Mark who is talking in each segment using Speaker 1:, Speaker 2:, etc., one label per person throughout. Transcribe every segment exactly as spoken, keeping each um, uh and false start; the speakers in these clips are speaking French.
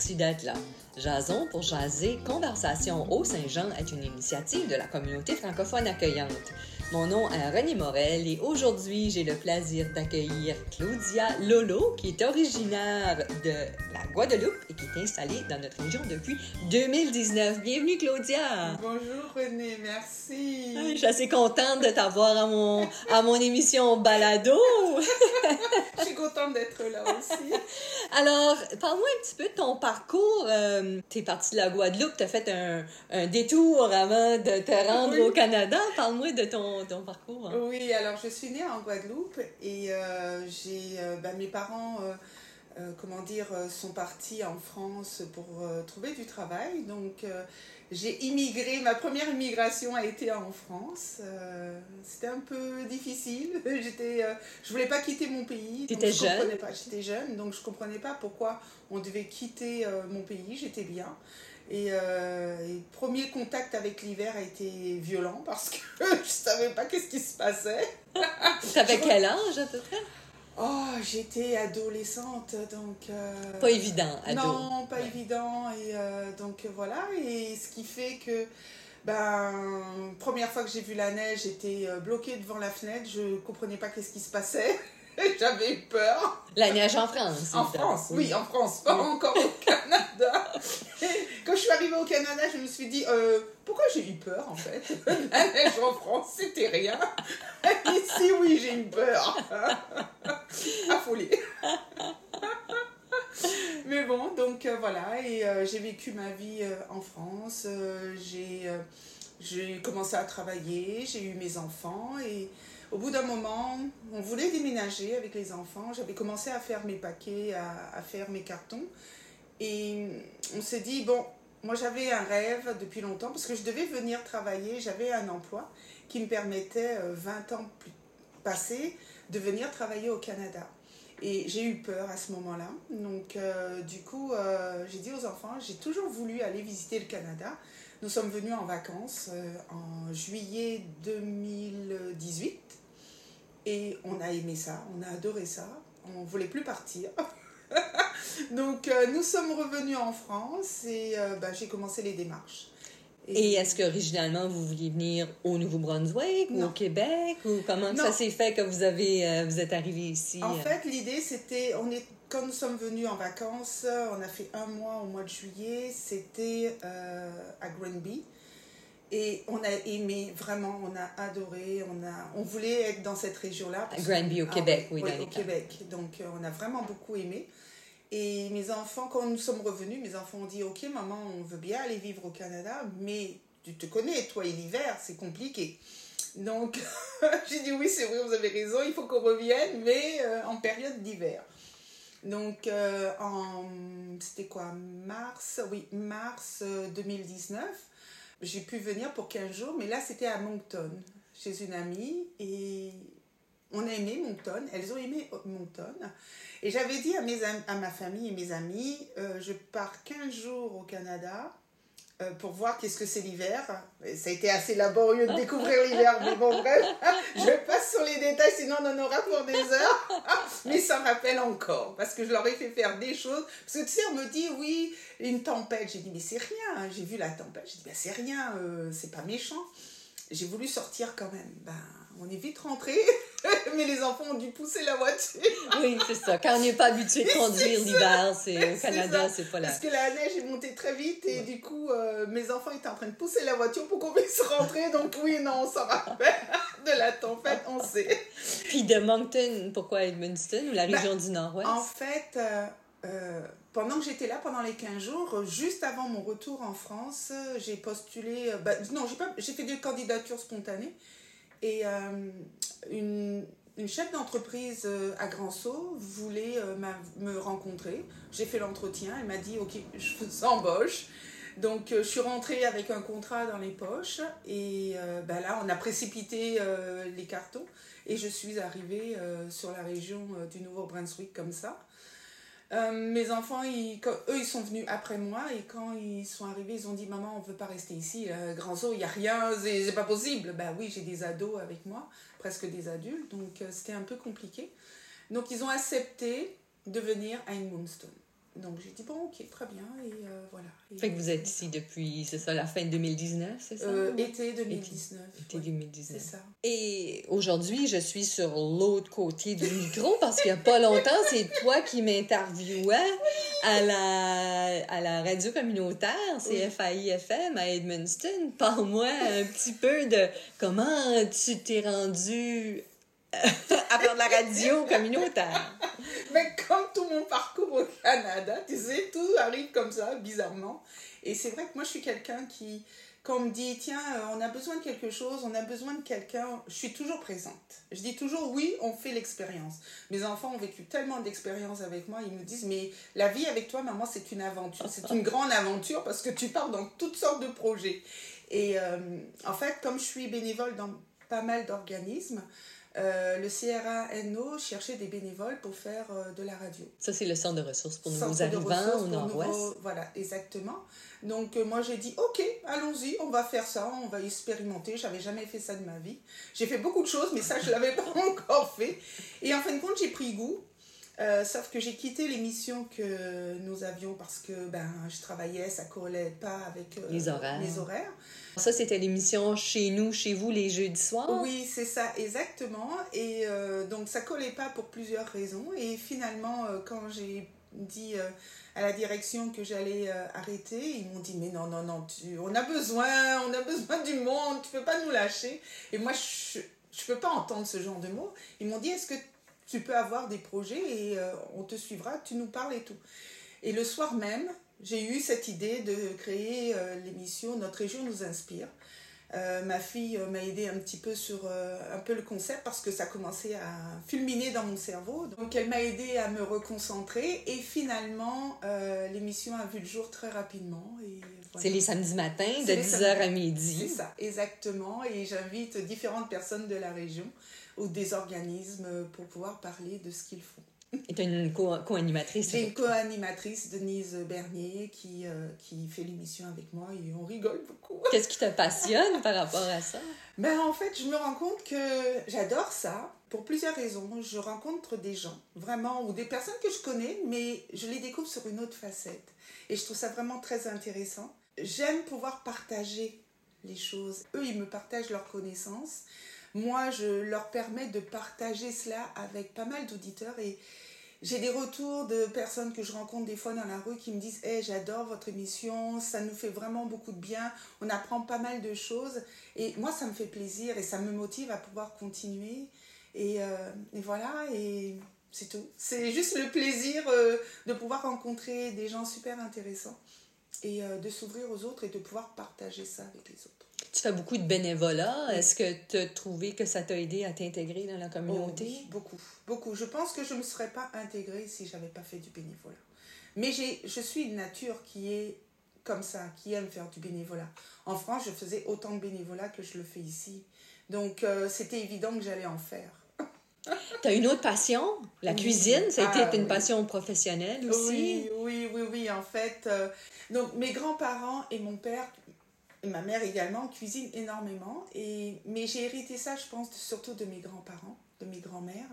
Speaker 1: Merci d'être là. Jason pour jaser, Conversation au Saint-Jean est une initiative de la communauté francophone accueillante. Mon nom est René Morel et aujourd'hui, j'ai le plaisir d'accueillir Claudia Lolo, qui est originaire de la Guadeloupe et qui est installée dans notre région depuis deux mille dix-neuf. Bienvenue, Claudia!
Speaker 2: Bonjour, René, merci!
Speaker 1: Je suis assez contente de t'avoir à mon, à mon émission Balado!
Speaker 2: Je suis contente d'être là aussi.
Speaker 1: Alors, parle-moi un petit peu de ton parcours. Euh, tu es partie de la Guadeloupe, tu as fait un, un détour avant de te rendre oui. au Canada. Parle-moi de ton, ton parcours. Hein.
Speaker 2: Oui, alors je suis née en Guadeloupe et euh, j'ai, euh, ben, mes parents euh, euh, comment dire, sont partis en France pour euh, trouver du travail. Donc, euh, j'ai immigré. Ma première immigration a été en France. Euh, c'était un peu difficile. J'étais, euh, je voulais pas quitter mon pays.
Speaker 1: Tu étais jeune?
Speaker 2: Pas. J'étais jeune, donc je comprenais pas pourquoi on devait quitter euh, mon pays. J'étais bien. Et, euh, et premier contact avec l'hiver a été violent parce que je savais pas qu'est-ce qui se passait.
Speaker 1: Tu avais quel âge à peu près?
Speaker 2: Oh, j'étais adolescente, donc... Euh,
Speaker 1: pas évident, ado.
Speaker 2: Non, pas ouais. évident, et euh, donc voilà, et ce qui fait que, ben, première fois que j'ai vu la neige, j'étais bloquée devant la fenêtre, je comprenais pas qu'est-ce qui se passait, j'avais eu peur.
Speaker 1: La neige en France?
Speaker 2: En France, oui, oui, en France, pas oui. encore au Canada. Et quand je suis arrivée au Canada, je me suis dit, euh, pourquoi j'ai eu peur en fait? La neige en France, c'était rien. Ici, oui, j'ai eu peur. Affolée. Mais bon, donc euh, voilà, et euh, j'ai vécu ma vie euh, en France. Euh, j'ai, euh, j'ai commencé à travailler, j'ai eu mes enfants et au bout d'un moment, on voulait déménager avec les enfants. J'avais commencé à faire mes paquets, à, à faire mes cartons. Et on s'est dit, bon, moi j'avais un rêve depuis longtemps parce que je devais venir travailler. J'avais un emploi qui me permettait, vingt ans plus passés, de venir travailler au Canada. Et j'ai eu peur à ce moment-là. Donc, euh, du coup, euh, j'ai dit aux enfants, j'ai toujours voulu aller visiter le Canada. Nous sommes venus en vacances euh, en juillet deux mille dix-huit. Et on a aimé ça, on a adoré ça. On ne voulait plus partir. Donc, euh, nous sommes revenus en France et euh, bah, j'ai commencé les démarches.
Speaker 1: Et, et est-ce qu'originalement, vous vouliez venir au Nouveau-Brunswick ou
Speaker 2: non.
Speaker 1: au Québec? Ou comment ça s'est fait que vous, avez, euh, vous êtes arrivé ici?
Speaker 2: En fait, l'idée, c'était, on est, quand nous sommes venus en vacances, on a fait un mois au mois de juillet, c'était euh, à Granby. Et on a aimé, vraiment, on a adoré, on, a, on voulait être dans cette région-là.
Speaker 1: À Granby, au Québec,
Speaker 2: ah,
Speaker 1: oui.
Speaker 2: oui
Speaker 1: dans
Speaker 2: au Québec. Donc, euh, on a vraiment beaucoup aimé. Et mes enfants, quand nous sommes revenus, mes enfants ont dit « Ok, maman, on veut bien aller vivre au Canada, mais tu te connais, toi et l'hiver, c'est compliqué. » Donc, j'ai dit « Oui, c'est vrai, vous avez raison, il faut qu'on revienne, mais euh, en période d'hiver. » Donc, euh, en, c'était quoi, mars, oui, mars deux mille dix-neuf, j'ai pu venir pour quinze jours, mais là, c'était à Moncton, chez une amie, et on a aimé Moncton, elles ont aimé Moncton. Et j'avais dit à, mes am- à ma famille et mes amis, euh, je pars quinze jours au Canada euh, pour voir qu'est-ce que c'est l'hiver. Et ça a été assez laborieux de découvrir l'hiver, mais bon, bref, je passe sur les détails, sinon on en aura pour des heures. Mais ça m'appelle encore, parce que je leur ai fait faire des choses. Parce que tu sais, on me dit, oui, une tempête. J'ai dit, mais c'est rien. J'ai vu la tempête, j'ai dit, ben, c'est rien, euh, c'est pas méchant. J'ai voulu sortir quand même. Ben, on est vite rentrés, mais les enfants ont dû pousser la voiture.
Speaker 1: Oui, c'est ça. Quand on n'est pas habitué de conduire
Speaker 2: c'est
Speaker 1: l'hiver, c'est, au
Speaker 2: c'est
Speaker 1: Canada,
Speaker 2: ça.
Speaker 1: c'est pas là.
Speaker 2: Parce que la neige est montée très vite et ouais. du coup, euh, mes enfants étaient en train de pousser la voiture pour qu'on puisse rentrer. Donc oui, non, on s'en rappelle de la tempête, on sait.
Speaker 1: Puis de Moncton, pourquoi Edmundston ou la région ben, du Nord-Ouest?
Speaker 2: En fait... Euh, Euh, pendant que j'étais là, pendant les quinze jours, juste avant mon retour en France, j'ai postulé, euh, bah, non, j'ai, pas, j'ai fait des candidatures spontanées et euh, une, une chef d'entreprise euh, à Grand-Sault voulait euh, me rencontrer. J'ai fait l'entretien, elle m'a dit « Ok, je vous embauche ». Donc, euh, je suis rentrée avec un contrat dans les poches et euh, bah, là, on a précipité euh, les cartons et je suis arrivée euh, sur la région euh, du Nouveau-Brunswick comme ça. Euh, mes enfants, ils, quand, eux, ils sont venus après moi et quand ils sont arrivés, ils ont dit « Maman, on ne veut pas rester ici, euh, Grand-Sault, il n'y a rien, c'est, c'est pas possible. » Ben oui, j'ai des ados avec moi, presque des adultes, donc euh, c'était un peu compliqué. Donc, ils ont accepté de venir à Edmundston. Donc j'ai dit, bon, ok, très bien, et euh, voilà. Et
Speaker 1: fait que vous êtes ici depuis, c'est ça, la fin de deux mille dix-neuf, c'est ça?
Speaker 2: Euh, été deux mille dix-neuf.
Speaker 1: Été
Speaker 2: oui,
Speaker 1: deux mille dix-neuf.
Speaker 2: c'est ça.
Speaker 1: Et aujourd'hui, je suis sur l'autre côté du micro parce qu'il n'y a pas longtemps, c'est toi qui m'interviewais à la, à la radio communautaire, c'est
Speaker 2: Oui.
Speaker 1: F A I F M à Edmundston. Parle-moi un petit peu de comment tu t'es rendu à faire de la radio communautaire.
Speaker 2: Mais comme tout mon parcours au Canada, tu sais, tout arrive comme ça, bizarrement. Et c'est vrai que moi, je suis quelqu'un qui, quand on me dit, tiens, on a besoin de quelque chose, on a besoin de quelqu'un, je suis toujours présente. Je dis toujours, oui, on fait l'expérience. Mes enfants ont vécu tellement d'expériences avec moi, ils me disent, mais la vie avec toi, maman, c'est une aventure. C'est une grande aventure parce que tu pars dans toutes sortes de projets. Et euh, en fait, comme je suis bénévole dans pas mal d'organismes, Euh, le C R A N O cherchait des bénévoles pour faire euh, de la radio.
Speaker 1: Ça, c'est le centre de ressources pour
Speaker 2: Centre
Speaker 1: nouveaux arrivants au nord-ouest.
Speaker 2: Nouveau, voilà, exactement. Donc, euh, moi, j'ai dit, OK, allons-y, on va faire ça, on va expérimenter. Je n'avais jamais fait ça de ma vie. J'ai fait beaucoup de choses, mais ça, je ne l'avais pas encore fait. Et en fin de compte, j'ai pris goût. Euh, sauf que j'ai quitté l'émission que nous avions parce que ben, je travaillais, ça ne collait pas avec euh,
Speaker 1: les horaires.
Speaker 2: les horaires.
Speaker 1: Ça, c'était l'émission Chez nous, chez vous, les jeudis soirs?
Speaker 2: Oui, c'est ça, exactement. Et euh, donc, ça ne collait pas pour plusieurs raisons. Et finalement, euh, quand j'ai dit euh, à la direction que j'allais euh, arrêter, ils m'ont dit, mais non, non, non, tu, on a besoin, on a besoin du monde, tu ne peux pas nous lâcher. Et moi, je ne peux pas entendre ce genre de mots. Ils m'ont dit, est-ce que tu peux avoir des projets et euh, on te suivra, tu nous parles et tout. Et le soir même, j'ai eu cette idée de créer euh, l'émission Notre région nous inspire. Euh, ma fille euh, m'a aidé un petit peu sur euh, un peu le concept parce que ça commençait à fulminer dans mon cerveau. Donc elle m'a aidé à me reconcentrer et finalement euh, l'émission a vu le jour très rapidement. Et voilà.
Speaker 1: C'est les samedis matins de
Speaker 2: C'est
Speaker 1: dix heures à midi.
Speaker 2: C'est ça, exactement. Et j'invite différentes personnes de la région ou des organismes pour pouvoir parler de ce qu'ils font.
Speaker 1: Et tu as une co- co-animatrice?
Speaker 2: J'ai une co-animatrice, Denise Bernier, qui, euh, qui fait l'émission avec moi et on rigole beaucoup.
Speaker 1: Qu'est-ce qui te passionne par rapport à ça?
Speaker 2: Ben, en fait, je me rends compte que j'adore ça pour plusieurs raisons. Je rencontre des gens, vraiment, ou des personnes que je connais, mais je les découvre sur une autre facette. Et je trouve ça vraiment très intéressant. J'aime pouvoir partager les choses. Eux, ils me partagent leurs connaissances. Moi, je leur permets de partager cela avec pas mal d'auditeurs et j'ai des retours de personnes que je rencontre des fois dans la rue qui me disent hey, « j'adore votre émission, ça nous fait vraiment beaucoup de bien, on apprend pas mal de choses. » Et moi, ça me fait plaisir et ça me motive à pouvoir continuer. Et, euh, et voilà, et c'est tout. C'est juste le plaisir euh, de pouvoir rencontrer des gens super intéressants et euh, de s'ouvrir aux autres et de pouvoir partager ça avec les autres.
Speaker 1: Tu fais beaucoup de bénévolat. Oui. Est-ce que tu as trouvé que ça t'a aidé à t'intégrer dans la communauté?
Speaker 2: Oh, oui, beaucoup, beaucoup. Je pense que je ne me serais pas intégrée si je n'avais pas fait du bénévolat. Mais j'ai, je suis une nature qui est comme ça, qui aime faire du bénévolat. En France, je faisais autant de bénévolat que je le fais ici. Donc, euh, c'était évident que j'allais en faire.
Speaker 1: Tu as une autre passion, la oui. cuisine. Ça a ah, été une oui. passion professionnelle aussi?
Speaker 2: Oui, oui, oui, oui. En fait, euh, donc, mes grands-parents et mon père... Et ma mère également cuisine énormément, et, mais j'ai hérité ça, je pense, surtout de mes grands-parents, de mes grands-mères.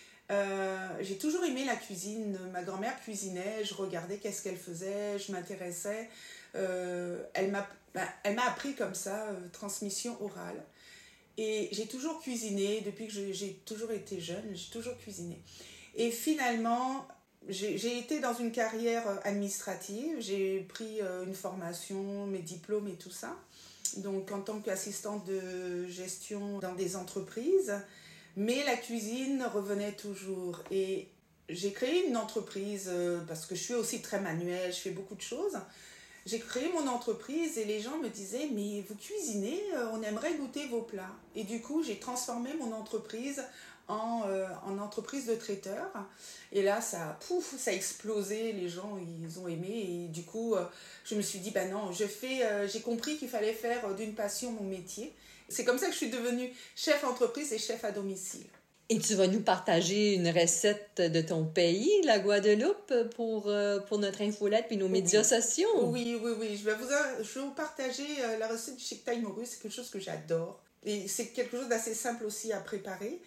Speaker 2: Euh, j'ai toujours aimé la cuisine. Ma grand-mère cuisinait, je regardais qu'est-ce qu'elle faisait, je m'intéressais. Euh, elle m'a, ben, elle m'a appris comme ça, euh, transmission orale. Et j'ai toujours cuisiné, depuis que je, j'ai toujours été jeune, j'ai toujours cuisiné. Et finalement... J'ai, j'ai été dans une carrière administrative, j'ai pris euh, une formation, mes diplômes et tout ça, donc en tant qu'assistante de gestion dans des entreprises, mais la cuisine revenait toujours. Et j'ai créé une entreprise, euh, parce que je suis aussi très manuelle, je fais beaucoup de choses. J'ai créé mon entreprise et les gens me disaient « mais vous cuisinez, on aimerait goûter vos plats ». Et du coup, j'ai transformé mon entreprise en, euh, en entreprise de traiteur. Et là, ça, pouf, ça a explosé, les gens, ils ont aimé. Et du coup, euh, je me suis dit, bah non, je fais, euh, j'ai compris qu'il fallait faire d'une passion mon métier. C'est comme ça que je suis devenue chef entreprise et chef à domicile.
Speaker 1: Et tu vas nous partager une recette de ton pays, la Guadeloupe, pour, euh, pour notre infolette et nos oui. médias sociaux.
Speaker 2: Oui, oui, oui. Je vais vous, je vais vous partager euh, la recette du chicktail morue. C'est quelque chose que j'adore. Et c'est quelque chose d'assez simple aussi à préparer.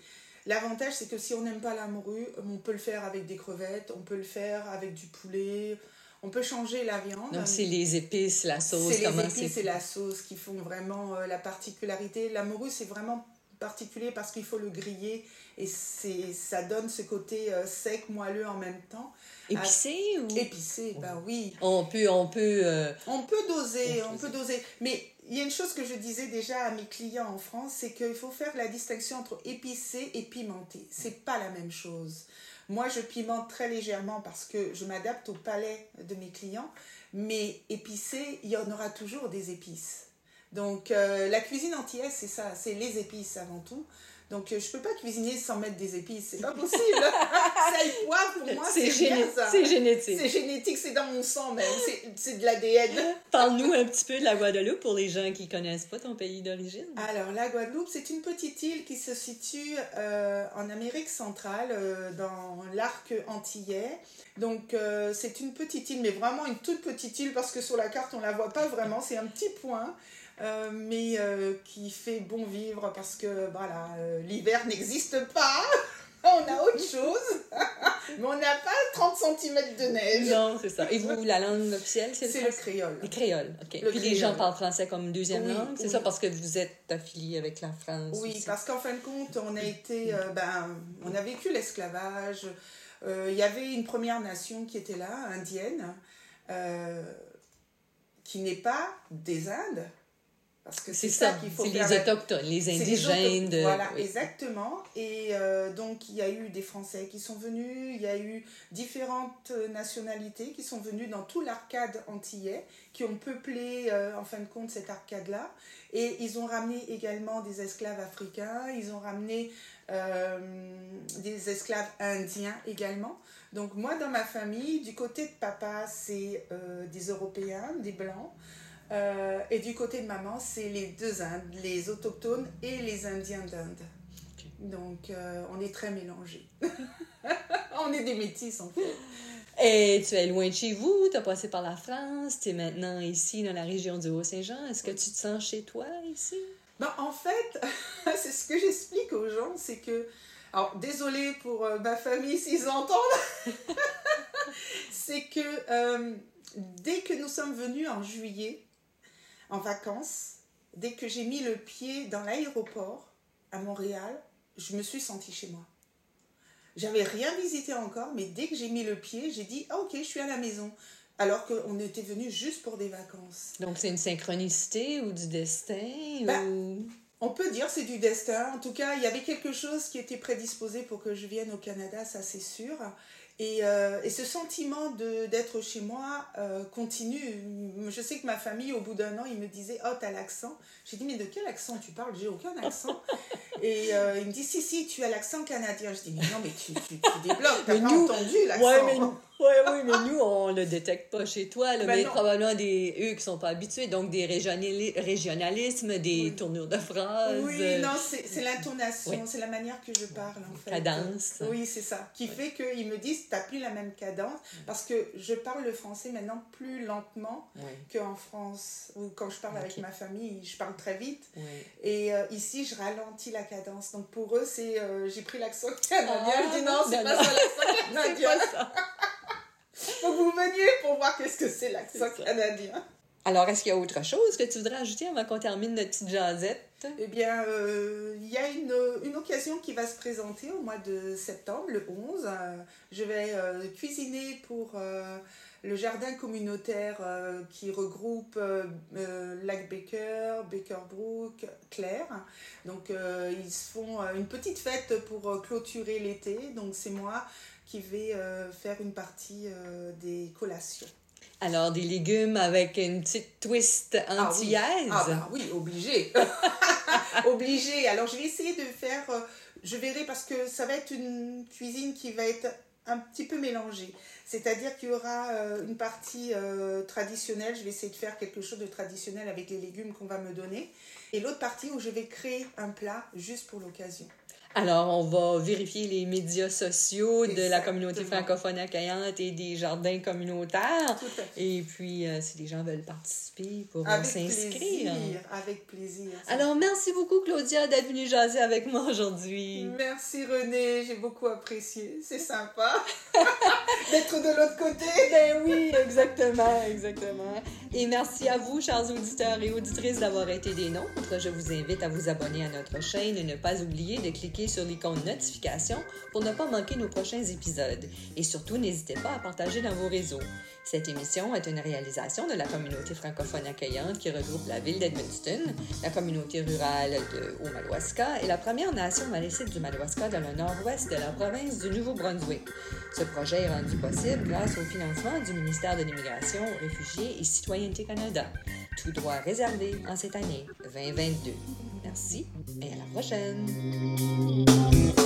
Speaker 2: L'avantage, c'est que si on n'aime pas la morue, on peut le faire avec des crevettes, on peut le faire avec du poulet, on peut changer la viande.
Speaker 1: Donc, c'est les épices, la sauce.
Speaker 2: C'est
Speaker 1: comment
Speaker 2: les épices
Speaker 1: c'est...
Speaker 2: et la sauce qui font vraiment euh, la particularité. La morue, c'est vraiment particulier parce qu'il faut le griller et c'est, ça donne ce côté euh, sec, moelleux en même temps.
Speaker 1: Épicé
Speaker 2: ah,
Speaker 1: ou...
Speaker 2: Épicé, ben oui.
Speaker 1: On peut... On peut, euh...
Speaker 2: on peut doser, on,
Speaker 1: on
Speaker 2: peut doser. Mais il y a une chose que je disais déjà à mes clients en France, c'est qu'il faut faire la distinction entre épicé et pimenté. C'est pas la même chose. Moi, je pimente très légèrement parce que je m'adapte au palais de mes clients, mais épicé, il y en aura toujours des épices. Donc, euh, la cuisine antillaise, c'est ça, c'est les épices avant tout. Donc, euh, je ne peux pas cuisiner sans mettre des épices, c'est pas possible. Sel, poivre, pour moi, c'est, c'est rien, ça.
Speaker 1: C'est génétique.
Speaker 2: C'est génétique, c'est dans mon sang même, c'est, c'est de l'A D N.
Speaker 1: Parle-nous un petit peu de la Guadeloupe pour les gens qui ne connaissent pas ton pays d'origine.
Speaker 2: Alors, la Guadeloupe, c'est une petite île qui se situe euh, en Amérique centrale, euh, dans l'arc antillais. Donc, euh, c'est une petite île, mais vraiment une toute petite île, parce que sur la carte, on ne la voit pas vraiment, c'est un petit point. Euh, mais euh, qui fait bon vivre parce que voilà, euh, l'hiver n'existe pas, on a autre chose, mais on n'a pas trente centimètres de neige.
Speaker 1: Non, c'est ça. Et vous, la langue officielle, c'est,
Speaker 2: c'est
Speaker 1: le,
Speaker 2: le créole.
Speaker 1: Le créole, OK.
Speaker 2: Le
Speaker 1: Puis
Speaker 2: créole.
Speaker 1: Les gens parlent français comme deuxième
Speaker 2: oui,
Speaker 1: langue, c'est
Speaker 2: oui.
Speaker 1: ça, parce que vous êtes affilié avec la France.
Speaker 2: Oui,
Speaker 1: aussi.
Speaker 2: Parce qu'en fin de compte, on a été, euh, ben, on a vécu l'esclavage. Il euh, y avait une Première Nation qui était là, indienne, euh, qui n'est pas des Indes. Parce que c'est, c'est ça, ça qu'il faut
Speaker 1: c'est
Speaker 2: faire.
Speaker 1: Les autochtones, les indigènes.
Speaker 2: Les
Speaker 1: de...
Speaker 2: Voilà,
Speaker 1: oui.
Speaker 2: Exactement. Et euh, donc, il y a eu des Français qui sont venus, il y a eu différentes nationalités qui sont venues dans tout l'arcade antillais, qui ont peuplé, euh, en fin de compte, cette arcade-là. Et ils ont ramené également des esclaves africains, ils ont ramené euh, des esclaves indiens également. Donc, moi, dans ma famille, du côté de papa, c'est euh, des Européens, des Blancs. Euh, et du côté de maman, c'est les deux Indes, les autochtones et les Indiens d'Inde. Okay. Donc, euh, on est très mélangés. On est des métis, en fait.
Speaker 1: Et tu es loin de chez vous, tu as passé par la France, tu es maintenant ici dans la région du Haut-Saint-Jean. Est-ce que tu te sens chez toi ici?
Speaker 2: Ben, en fait, c'est ce que j'explique aux gens, c'est que... Alors, désolée pour euh, ma famille s'ils entendent. C'est que euh, dès que nous sommes venus en juillet, en vacances, dès que j'ai mis le pied dans l'aéroport à Montréal, je me suis sentie chez moi. J'avais rien visité encore, mais dès que j'ai mis le pied, j'ai dit « Ah ok, je suis à la maison ». Alors qu'on était venus juste pour des vacances.
Speaker 1: Donc c'est une synchronicité ou du destin
Speaker 2: ben,
Speaker 1: ou...
Speaker 2: On peut dire c'est du destin. En tout cas, il y avait quelque chose qui était prédisposé pour que je vienne au Canada, ça c'est sûr. Et, euh, et ce sentiment de, d'être chez moi euh, continue. Je sais que ma famille, au bout d'un an, ils me disaient « Oh, t'as l'accent ». J'ai dit « Mais de quel accent tu parles ? J'ai aucun accent. » Et euh, ils me disent « Si, si, tu as l'accent canadien. » Je dis « Mais non, mais tu, tu, tu débloques, t'as mais pas nous, entendu l'accent. »
Speaker 1: Ouais, mais nous, ouais, oui, mais nous, on le détecte pas chez toi. Là,
Speaker 2: ben
Speaker 1: mais
Speaker 2: non.
Speaker 1: Probablement des, eux qui sont pas habitués, donc des régionali- régionalismes, des
Speaker 2: oui.
Speaker 1: tournures de phrases.
Speaker 2: Oui, non, c'est, c'est l'intonation, oui. C'est la manière que je parle, en fait. Cadence. Oui, c'est ça. Qui oui. fait qu'ils me disent « T'as plus la même cadence. » Parce que je parle le français maintenant plus lentement oui. qu'en France. Ou quand je parle okay. avec ma famille, je parle très vite. Oui. Et euh, ici, je ralentis la cadence. Donc pour eux, c'est euh, j'ai pris l'accent canadien. Ah, je dis non, c'est non, pas non. ça l'accent canadien. C'est pas ça. Faut que vous veniez pour voir qu'est-ce que c'est l'accent c'est canadien.
Speaker 1: Alors, est-ce qu'il y a autre chose que tu voudrais ajouter avant qu'on termine notre petite jasette?
Speaker 2: Eh bien, il euh, y a une, une occasion qui va se présenter au mois de septembre, le onze. Euh, je vais euh, cuisiner pour euh, le jardin communautaire euh, qui regroupe euh, euh, Lac-Baker, Baker-Brook, Claire. Donc, euh, ils font une petite fête pour clôturer l'été. Donc, c'est moi qui vais euh, faire une partie euh, des collations.
Speaker 1: Alors, des légumes avec une petite twist antillaise.
Speaker 2: Ah oui, ah bah oui, obligé. Obligé. Alors, je vais essayer de faire... Euh, je verrai parce que ça va être une cuisine qui va être un petit peu mélangée. C'est-à-dire qu'il y aura euh, une partie euh, traditionnelle. Je vais essayer de faire quelque chose de traditionnel avec les légumes qu'on va me donner. Et l'autre partie où je vais créer un plat juste pour l'occasion.
Speaker 1: Alors, on va vérifier les médias sociaux de la
Speaker 2: Exactement.
Speaker 1: communauté francophone accueillante et des jardins communautaires.
Speaker 2: Tout à fait.
Speaker 1: Et puis, euh, si les gens veulent participer, ils pourront
Speaker 2: Avec
Speaker 1: s'inscrire.
Speaker 2: plaisir, avec plaisir. Ça.
Speaker 1: Alors, merci beaucoup, Claudia, d'être venue jaser avec moi aujourd'hui.
Speaker 2: Merci René, j'ai beaucoup apprécié. C'est sympa d'être de l'autre côté.
Speaker 1: Ben oui, exactement, exactement. Et merci à vous, chers auditeurs et auditrices, d'avoir été des nôtres. Je vous invite à vous abonner à notre chaîne et ne pas oublier de cliquer sur l'icône notification pour ne pas manquer nos prochains épisodes. Et surtout, n'hésitez pas à partager dans vos réseaux. Cette émission est une réalisation de la communauté francophone accueillante qui regroupe la ville d'Edmundston, la communauté rurale de Haut-Madawaska et la Première Nation malécite du Madawaska dans le nord-ouest de la province du Nouveau-Brunswick. Ce projet est rendu possible grâce au financement du ministère de l'Immigration, Réfugiés et Citoyenneté Canada, tout droit réservé en cette année vingt vingt-deux. Merci et à la prochaine!